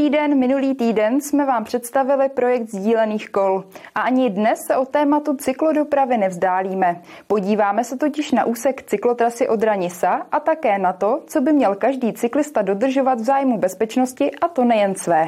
Dobrý den, minulý týden jsme vám představili projekt sdílených kol. A ani dnes se od tématu cyklodopravy nevzdálíme. Podíváme se totiž na úsek cyklotrasy Odra-Nisa a také na to, co by měl každý cyklista dodržovat v zájmu bezpečnosti, a to nejen své.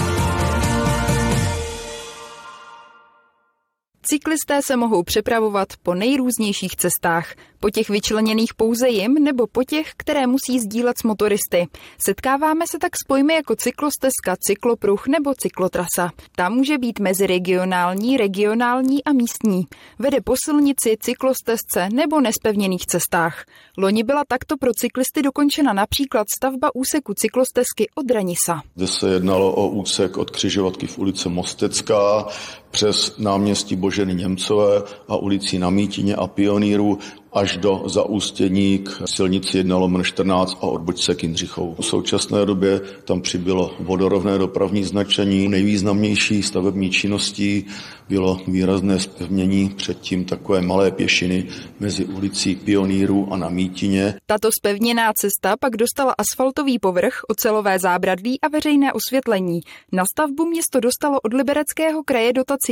Cyklisté se mohou přepravovat po nejrůznějších cestách. Po těch vyčleněných pouze jim, nebo po těch, které musí sdílet s motoristy. Setkáváme se tak s pojmy jako cyklostezka, cyklopruh nebo cyklotrasa. Ta může být meziregionální, regionální a místní. Vede po silnici, cyklostezce nebo nezpevněných cestách. Loni byla takto pro cyklisty dokončena například stavba úseku cyklostezky Odra-Nisa. Zde se jednalo o úsek od křižovatky v ulici Mostecká přes náměstí Boženy Němcové a ulici Na Mítině a Pionýrů až do zaústění k silnici 1/14 a odbočce k Jindřichovu. V současné době tam přibylo vodorovné dopravní značení. Nejvýznamnější stavební činností bylo výrazné zpevnění předtím takové malé pěšiny mezi ulicí Pionýrů a Na Mítině. Tato zpevněná cesta pak dostala asfaltový povrch, ocelové zábradlí a veřejné osvětlení. Na stavbu město dostalo od Libereckého kraje dotaci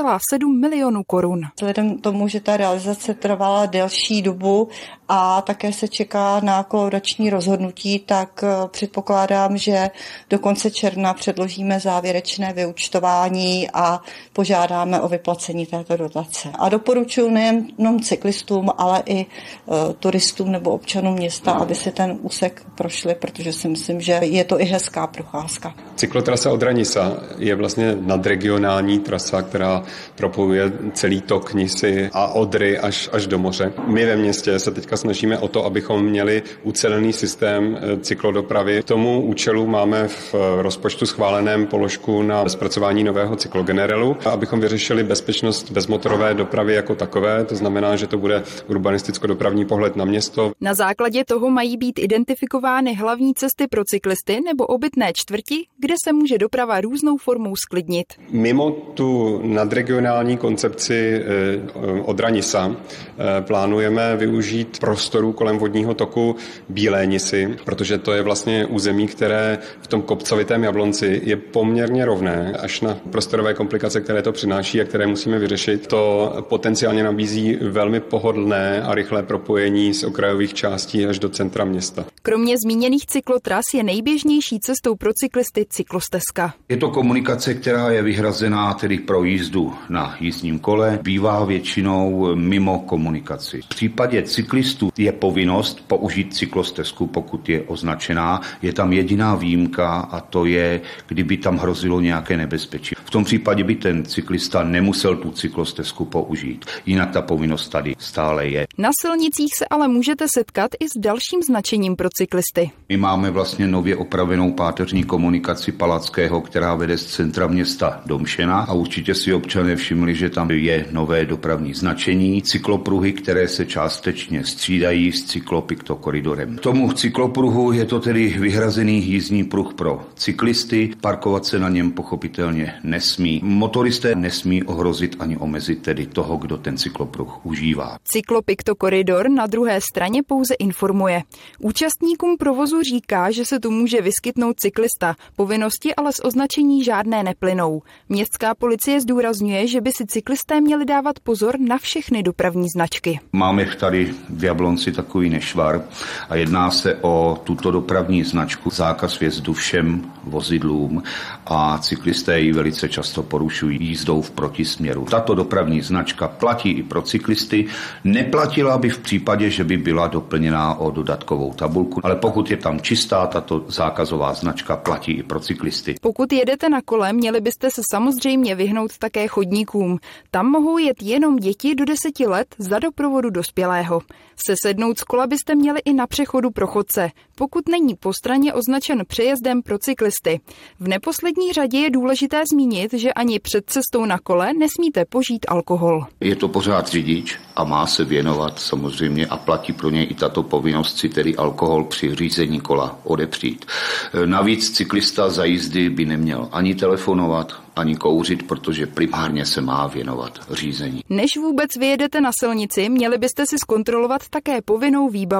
1,7 milionu korun. Vzhledem k tomu, že ta realizace trvala delší dobu a také se čeká na kolaborační rozhodnutí, tak předpokládám, že do konce června předložíme závěrečné vyúčtování a požádáme o vyplacení této dotace. A doporučuji nejenom cyklistům, ale i turistům nebo občanům města, aby si ten úsek prošli, protože si myslím, že je to i hezká procházka. Cyklotrasa Odra-Nisa je vlastně nadregionální trasa, která propojuje celý tok Nisy a Odry až do moře. My ve městě se teďka snažíme o to, abychom měli ucelený systém cyklodopravy. K tomu účelu máme v rozpočtu schváleném položku na zpracování nového cyklogenerelu, abychom vyřešili bezpečnost bezmotorové dopravy jako takové. To znamená, že to bude urbanisticko-dopravní pohled na město. Na základě toho mají být identifikovány hlavní cesty pro cyklisty nebo obytné čtvrti, kde se může doprava různou formou sklidnit. Mimo tu nadregionální koncepci Odra-Nisa plánujeme využít prostoru kolem vodního toku Bílé Nisy, protože to je vlastně území, které v tom kopcovitém Jablonci je poměrně rovné, až na prostorové komplikace, které to přináší a které musíme vyřešit. To potenciálně nabízí velmi pohodlné a rychlé propojení z okrajových částí až do centra města. Kromě zmíněných cyklotras je nejběžnější cestou pro cyklisty cyklostezka. Je to komunikace, která je vyhrazená tedy pro jízdu na jízdním kole, bývá většinou mimo komunikaci. V případě cyklistů je povinnost použít cyklostezku, pokud je označená. Je tam jediná výjimka a to je, kdyby tam hrozilo nějaké nebezpečí. V tom případě by ten cyklista nemusel tu cyklostezku použít. Jinak ta povinnost tady stále je. Na silnicích se ale můžete setkat i s dalším značením pro cyklisty. My máme vlastně nově opravenou páteřní komunikaci Palackého, která vede z centra města Domšena a určitě si občané všimli, že tam je nové dopravní značení, cyklopruhy, které se částečně střídají s cyklopiktokoridorem. K tomu cyklopruhu je to tedy vyhrazený jízdní pruh pro cyklisty, parkovat se na něm pochopitelně nesmí. Motoristé nesmí ohrozit ani omezit tedy toho, kdo ten cyklopruh užívá. Cyklopiktokoridor na druhé straně pouze informuje. Účastníkům provozu říká, že se tu může vyskytnout cyklista. Povinnosti ale z označení žádné neplynou. Městská policie zdůrazňuje, že by si cyklisté měli dávat pozor na všechny dopravní značky. Máme tady v Jablonci takový nešvar a jedná se o tuto dopravní značku, zákaz vjezdu všem vozidlům a cyklisté ji velice často porušují jízdou v protisměru. Tato dopravní značka platí i pro cyklisty, neplatila by v případě, že by byla doplněná o dodatkovou tabulku, ale pokud je tam čistá, tato zákazová značka platí i pro cyklisty. Pokud jedete na kole, měli byste se samozřejmě vyhnout také chodníkům. Tam mohou jet jenom děti do 10 let za doprovodu dospělého. Sesednout z kola byste měli i na přechodu pro chodce, pokud není po straně označen přejezdem pro cyklisty. V neposlední řadě je důležité zmínit, že ani před cestou na kole nesmíte požít alkohol. Je to pořád řidič a má se věnovat samozřejmě a platí pro něj i tato povinnost si tedy alkohol při řízení kola odepřít. Navíc cyklista za jízdy by neměl ani telefonovat, ani kouřit, protože primárně se má věnovat řízení. Než vůbec vyjedete na silnici, měli byste si zkontrolovat také povinnou výbavu.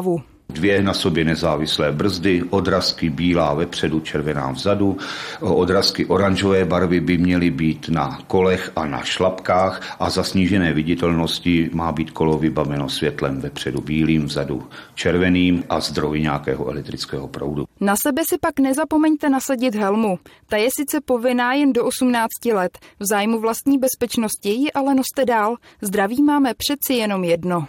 2 na sobě nezávislé brzdy, odrazky bílá vepředu, červená vzadu. Odrazky oranžové barvy by měly být na kolech a na šlapkách a za snížené viditelnosti má být kolo vybaveno světlem vepředu bílým, vzadu červeným a zdroji nějakého elektrického proudu. Na sebe si pak nezapomeňte nasadit helmu. Ta je sice povinná jen do 18 let. V zájmu vlastní bezpečnosti ji ale noste dál. Zdraví máme přeci jenom jedno.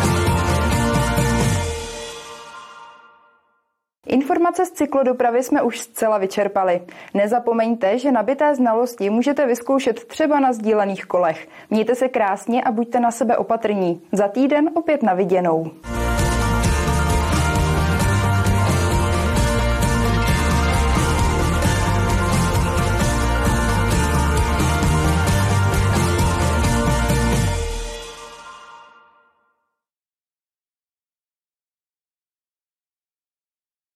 Informace z cyklodopravy jsme už zcela vyčerpali. Nezapomeňte, že nabité znalosti můžete vyzkoušet třeba na sdílených kolech. Mějte se krásně a buďte na sebe opatrní. Za týden opět na viděnou.